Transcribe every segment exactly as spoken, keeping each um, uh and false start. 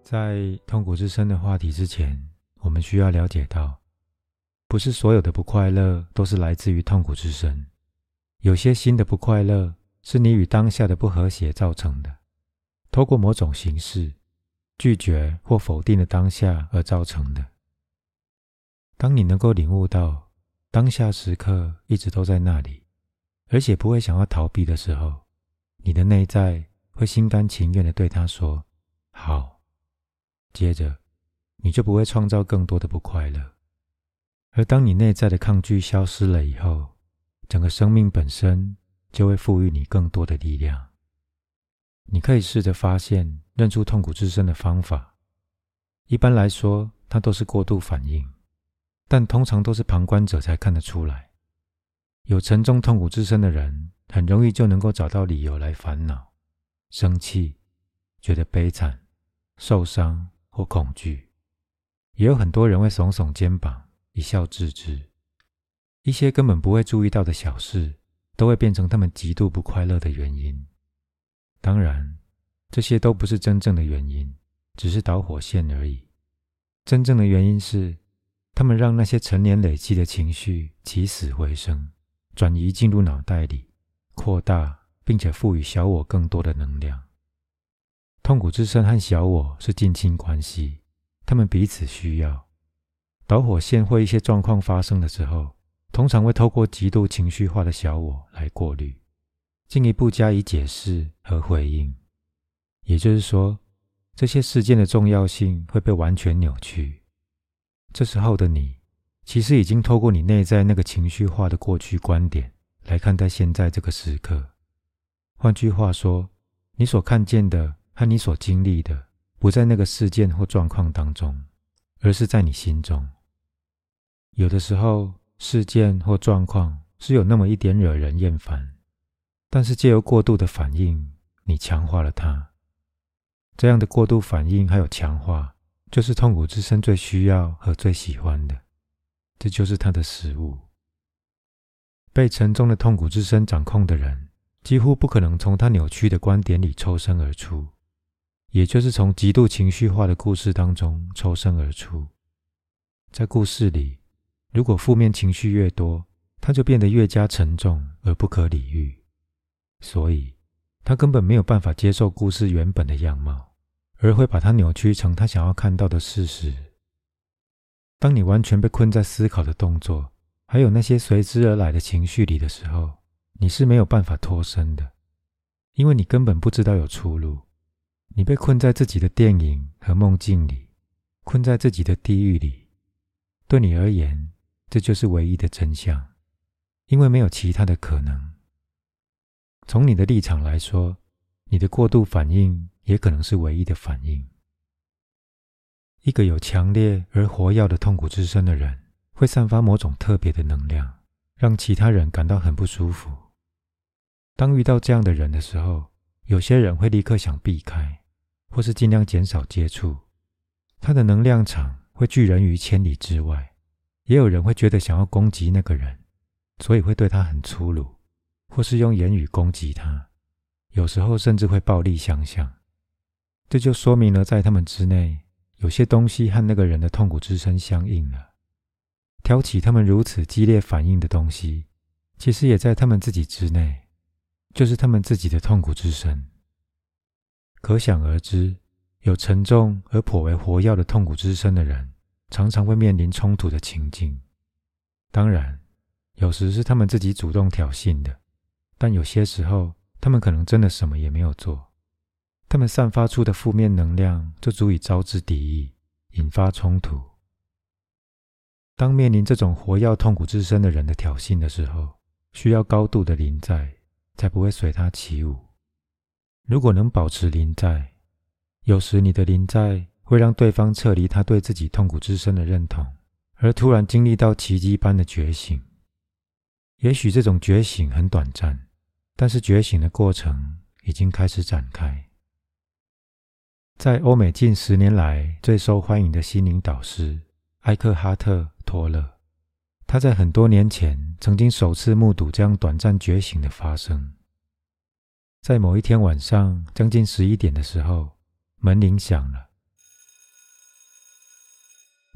在痛苦之声的话题之前，我们需要了解到，不是所有的不快乐都是来自于痛苦之声，有些新的不快乐是你与当下的不和谐造成的，透过某种形式拒绝或否定了当下而造成的。当你能够领悟到当下时刻一直都在那里，而且不会想要逃避的时候，你的内在会心甘情愿地对他说好，接着你就不会创造更多的不快乐。而当你内在的抗拒消失了以后，整个生命本身就会赋予你更多的力量。你可以试着发现认出痛苦之声的方法。一般来说，它都是过度反应，但通常都是旁观者才看得出来。有沉重痛苦之声的人，很容易就能够找到理由来烦恼、生气、觉得悲惨、受伤或恐惧。也有很多人会耸耸肩膀，一笑置之。一些根本不会注意到的小事，都会变成他们极度不快乐的原因。当然，这些都不是真正的原因，只是导火线而已。真正的原因是，他们让那些陈年累积的情绪起死回生，转移进入脑袋里，扩大并且赋予小我更多的能量。痛苦之声和小我是近亲关系，他们彼此需要。导火线或一些状况发生的时候，通常会透过极度情绪化的小我来过滤，进一步加以解释和回应。也就是说，这些事件的重要性会被完全扭曲。这时候的你，其实已经透过你内在那个情绪化的过去观点来看待现在这个时刻。换句话说，你所看见的和你所经历的，不在那个事件或状况当中，而是在你心中。有的时候，事件或状况是有那么一点惹人厌烦，但是借由过度的反应，你强化了它。这样的过度反应还有强化，就是痛苦之声最需要和最喜欢的，这就是它的食物。被沉重的痛苦之声掌控的人，几乎不可能从他扭曲的观点里抽身而出，也就是从极度情绪化的故事当中抽身而出。在故事里，如果负面情绪越多，它就变得越加沉重而不可理喻，所以他根本没有办法接受故事原本的样貌，而会把它扭曲成他想要看到的事实。当你完全被困在思考的动作，还有那些随之而来的情绪里的时候，你是没有办法脱身的，因为你根本不知道有出路。你被困在自己的电影和梦境里，困在自己的地狱里。对你而言，这就是唯一的真相，因为没有其他的可能。从你的立场来说，你的过度反应也可能是唯一的反应。一个有强烈而活跃的痛苦之声的人，会散发某种特别的能量，让其他人感到很不舒服。当遇到这样的人的时候，有些人会立刻想避开，或是尽量减少接触。他的能量场会拒人于千里之外。也有人会觉得想要攻击那个人，所以会对他很粗鲁，或是用言语攻击他，有时候甚至会暴力相向。这就说明了在他们之内，有些东西和那个人的痛苦之声相应了。挑起他们如此激烈反应的东西，其实也在他们自己之内，就是他们自己的痛苦之声。可想而知，有沉重而颇为活跃的痛苦之声的人，常常会面临冲突的情境。当然，有时是他们自己主动挑衅的，但有些时候，他们可能真的什么也没有做。他们散发出的负面能量就足以招致敌意，引发冲突。当面临这种活跃痛苦之声的人的挑衅的时候，需要高度的临在，才不会随他起舞。如果能保持临在，有时你的临在会让对方撤离他对自己痛苦之声的认同，而突然经历到奇迹般的觉醒。也许这种觉醒很短暂，但是觉醒的过程已经开始展开。在欧美近十年来最受欢迎的心灵导师埃克哈特·托勒，他在很多年前曾经首次目睹这样短暂觉醒的发生。在某一天晚上将近十一点的时候，门铃响了。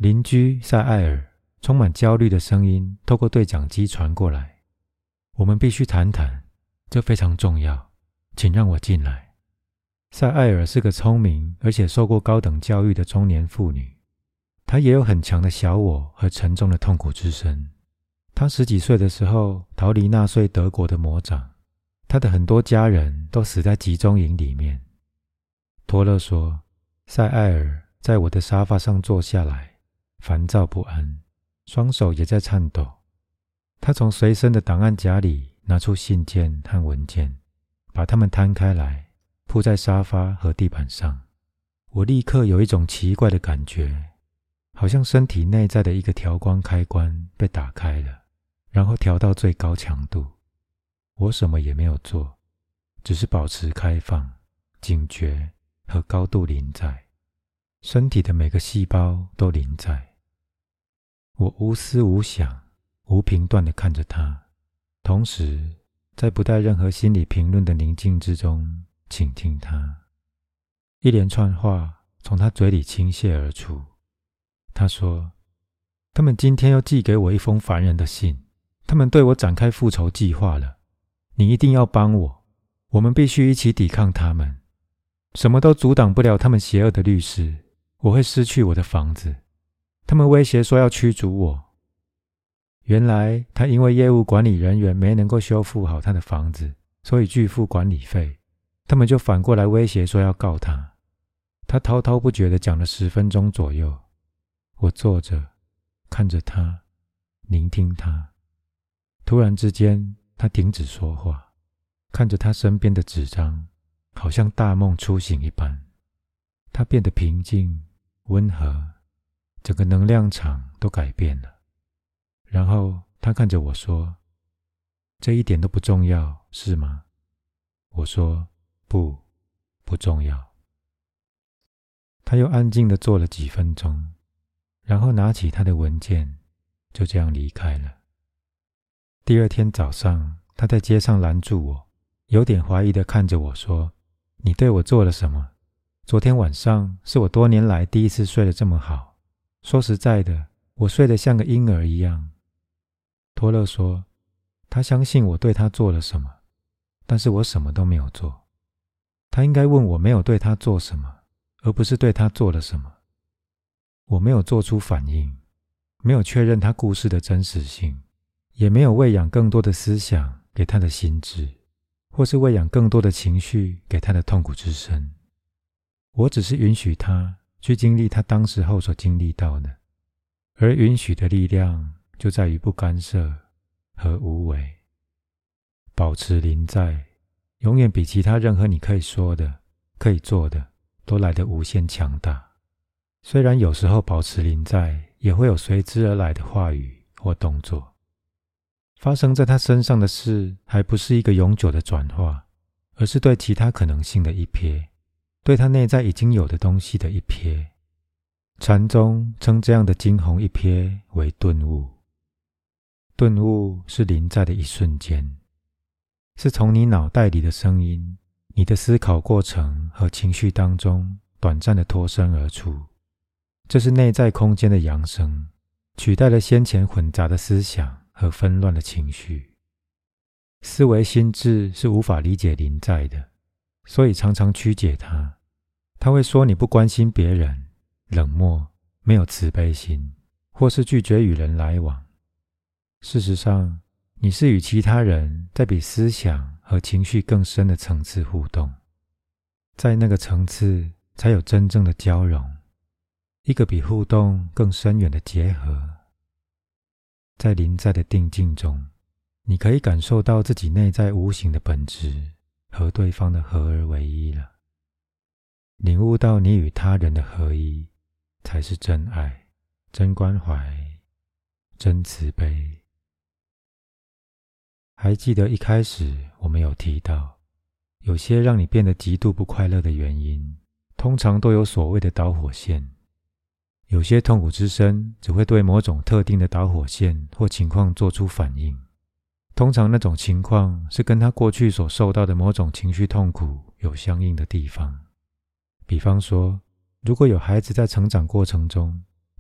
邻居塞艾尔充满焦虑的声音透过对讲机传过来：我们必须谈谈，这非常重要，请让我进来。塞艾尔是个聪明而且受过高等教育的中年妇女，她也有很强的小我和沉重的痛苦之身。她十几岁的时候逃离纳粹德国的魔掌，她的很多家人都死在集中营里面。托勒说，塞艾尔在我的沙发上坐下来，烦躁不安，双手也在颤抖。他从随身的档案夹里拿出信件和文件，把它们摊开来，铺在沙发和地板上。我立刻有一种奇怪的感觉，好像身体内在的一个调光开关被打开了，然后调到最高强度。我什么也没有做，只是保持开放、警觉和高度临在，身体的每个细胞都临在。我无思无想、无评断地看着他，同时在不带任何心理评论的宁静之中倾听他。一连串话从他嘴里倾泻而出。他说，他们今天又寄给我一封烦人的信，他们对我展开复仇计划了。你一定要帮我，我们必须一起抵抗他们。什么都阻挡不了他们邪恶的律师，我会失去我的房子。他们威胁说要驱逐我。原来他因为业务管理人员没能够修复好他的房子，所以拒付管理费，他们就反过来威胁说要告他。他滔滔不绝地讲了十分钟左右。我坐着看着他，聆听他。突然之间他停止说话，看着他身边的纸张，好像大梦初醒一般。他变得平静温和，整个能量场都改变了。然后他看着我说，这一点都不重要，是吗？我说，不，不重要。他又安静地坐了几分钟，然后拿起他的文件，就这样离开了。第二天早上，他在街上拦住我，有点怀疑地看着我说，你对我做了什么？昨天晚上是我多年来第一次睡得这么好。说实在的，我睡得像个婴儿一样。托勒说，他相信我对他做了什么，但是我什么都没有做。他应该问我没有对他做什么，而不是对他做了什么。我没有做出反应，没有确认他故事的真实性，也没有喂养更多的思想给他的心智，或是喂养更多的情绪给他的痛苦之身。我只是允许他去经历他当时候所经历到的，而允许的力量就在于不干涉和无为。保持临在，永远比其他任何你可以说的、可以做的都来得无限强大。虽然有时候保持临在也会有随之而来的话语或动作。发生在他身上的事还不是一个永久的转化，而是对其他可能性的一瞥，对他内在已经有的东西的一瞥。禅宗称这样的惊鸿一瞥为顿悟。顿悟是临在的一瞬间，是从你脑袋里的声音、你的思考过程和情绪当中短暂的脱身而出。这是内在空间的扬升，取代了先前混杂的思想和纷乱的情绪。思维心智是无法理解临在的，所以常常曲解它。他会说你不关心别人，冷漠，没有慈悲心，或是拒绝与人来往。事实上，你是与其他人在比思想和情绪更深的层次互动，在那个层次才有真正的交融，一个比互动更深远的结合。在临在的定境中，你可以感受到自己内在无形的本质和对方的合而为一了。领悟到你与他人的合一，才是真爱、真关怀、真慈悲。还记得一开始我们有提到，有些让你变得极度不快乐的原因，通常都有所谓的导火线。有些痛苦之身只会对某种特定的导火线或情况做出反应，通常那种情况是跟他过去所受到的某种情绪痛苦有相应的地方。比方说，如果有孩子在成长过程中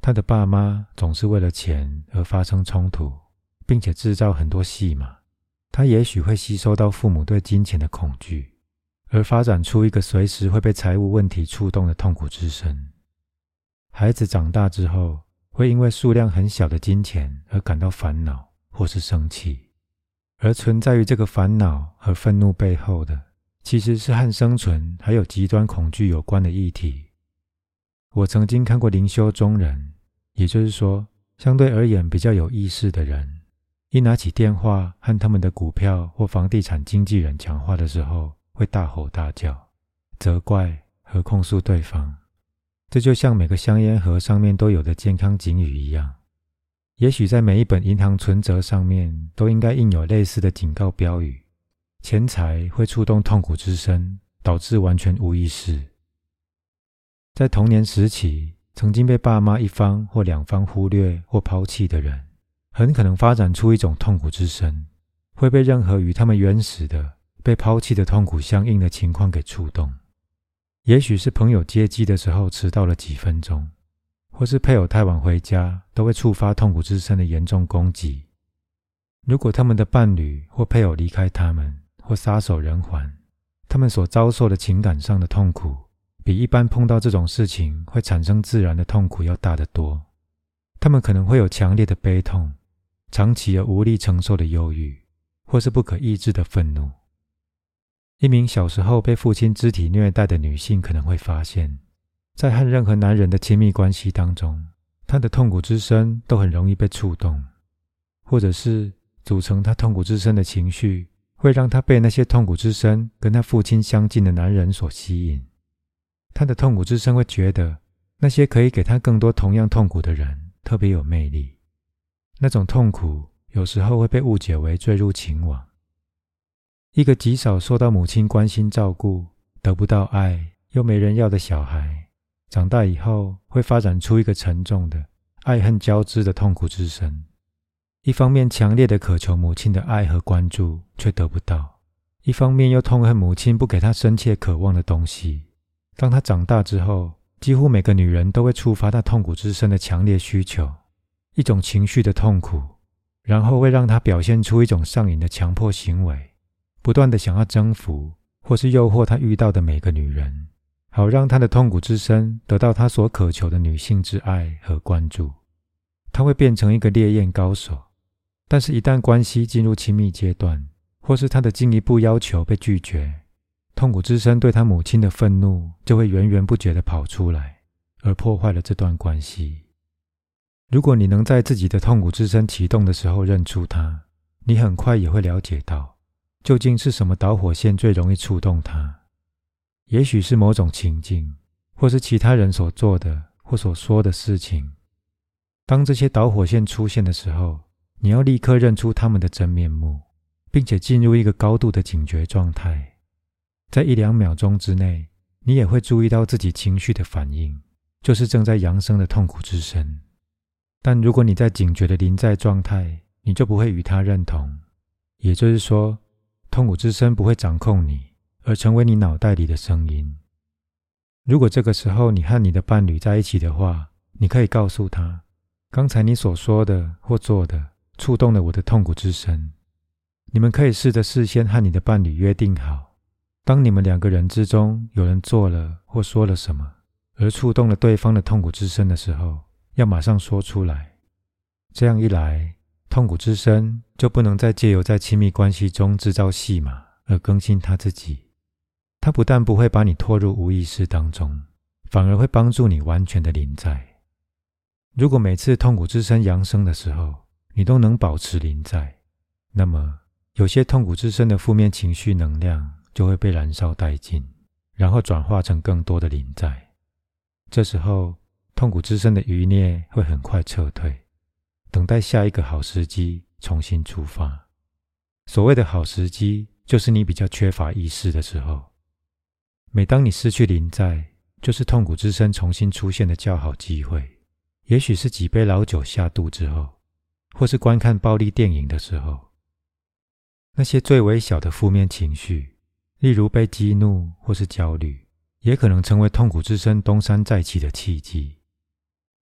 他的爸妈总是为了钱而发生冲突，并且制造很多戏码。他也许会吸收到父母对金钱的恐惧，而发展出一个随时会被财务问题触动的痛苦之身。孩子长大之后，会因为数量很小的金钱而感到烦恼或是生气，而存在于这个烦恼和愤怒背后的，其实是和生存还有极端恐惧有关的议题。我曾经看过灵修中人，也就是说，相对而言比较有意识的人，一拿起电话和他们的股票或房地产经纪人讲话的时候，会大吼大叫，责怪和控诉对方。这就像每个香烟盒上面都有的健康警语一样，也许在每一本银行存折上面都应该印有类似的警告标语。钱财会触动痛苦之身，导致完全无意识。在童年时期，曾经被爸妈一方或两方忽略或抛弃的人，很可能发展出一种痛苦之身，会被任何与他们原始的被抛弃的痛苦相应的情况给触动。也许是朋友接机的时候迟到了几分钟，或是配偶太晚回家，都会触发痛苦之身的严重攻击。如果他们的伴侣或配偶离开他们，或撒手人寰，他们所遭受的情感上的痛苦，比一般碰到这种事情会产生自然的痛苦要大得多。他们可能会有强烈的悲痛，长期而无力承受的忧郁，或是不可抑制的愤怒。一名小时候被父亲肢体虐待的女性可能会发现，在和任何男人的亲密关系当中，她的痛苦之身都很容易被触动，或者是组成她痛苦之身的情绪，会让她被那些痛苦之身跟她父亲相近的男人所吸引。她的痛苦之身会觉得，那些可以给她更多同样痛苦的人特别有魅力。那种痛苦有时候会被误解为坠入情网。一个极少受到母亲关心照顾，得不到爱，又没人要的小孩，长大以后会发展出一个沉重的爱恨交织的痛苦之身。一方面强烈的渴求母亲的爱和关注，却得不到；一方面又痛恨母亲不给他深切渴望的东西。当他长大之后，几乎每个女人都会触发他痛苦之身的强烈需求，一种情绪的痛苦，然后会让他表现出一种上瘾的强迫行为，不断地想要征服或是诱惑他遇到的每个女人，好让他的痛苦之身得到他所渴求的女性之爱和关注。他会变成一个烈焰高手，但是一旦关系进入亲密阶段，或是他的进一步要求被拒绝，痛苦之身对他母亲的愤怒就会源源不绝地跑出来，而破坏了这段关系。如果你能在自己的痛苦之身启动的时候认出它，你很快也会了解到究竟是什么导火线最容易触动它。也许是某种情境，或是其他人所做的或所说的事情。当这些导火线出现的时候，你要立刻认出他们的真面目，并且进入一个高度的警觉状态。在一两秒钟之内，你也会注意到自己情绪的反应，就是正在扬升的痛苦之身。但如果你在警觉的临在状态，你就不会与它认同。也就是说，痛苦之身不会掌控你，而成为你脑袋里的声音。如果这个时候你和你的伴侣在一起的话，你可以告诉他，刚才你所说的或做的触动了我的痛苦之身。你们可以试着事先和你的伴侣约定好，当你们两个人之中有人做了或说了什么，而触动了对方的痛苦之身的时候，要马上说出来。这样一来，痛苦之身就不能再借由在亲密关系中制造戏码而更新他自己。他不但不会把你拖入无意识当中，反而会帮助你完全的临在。如果每次痛苦之身扬升的时候，你都能保持临在，那么有些痛苦之身的负面情绪能量就会被燃烧殆尽，然后转化成更多的临在。这时候，痛苦之身的余孽会很快撤退，等待下一个好时机重新出发。所谓的好时机，就是你比较缺乏意识的时候。每当你失去临在，就是痛苦之身重新出现的较好机会。也许是几杯老酒下肚之后，或是观看暴力电影的时候。那些最微小的负面情绪，例如被激怒或是焦虑，也可能成为痛苦之身东山再起的契机。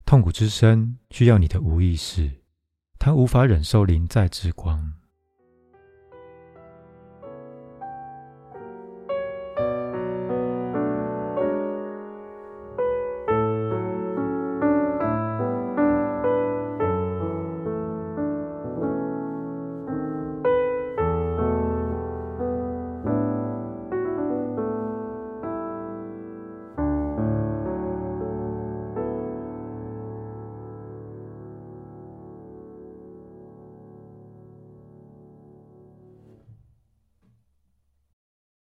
痛苦之身需要你的无意识，它无法忍受临在之光。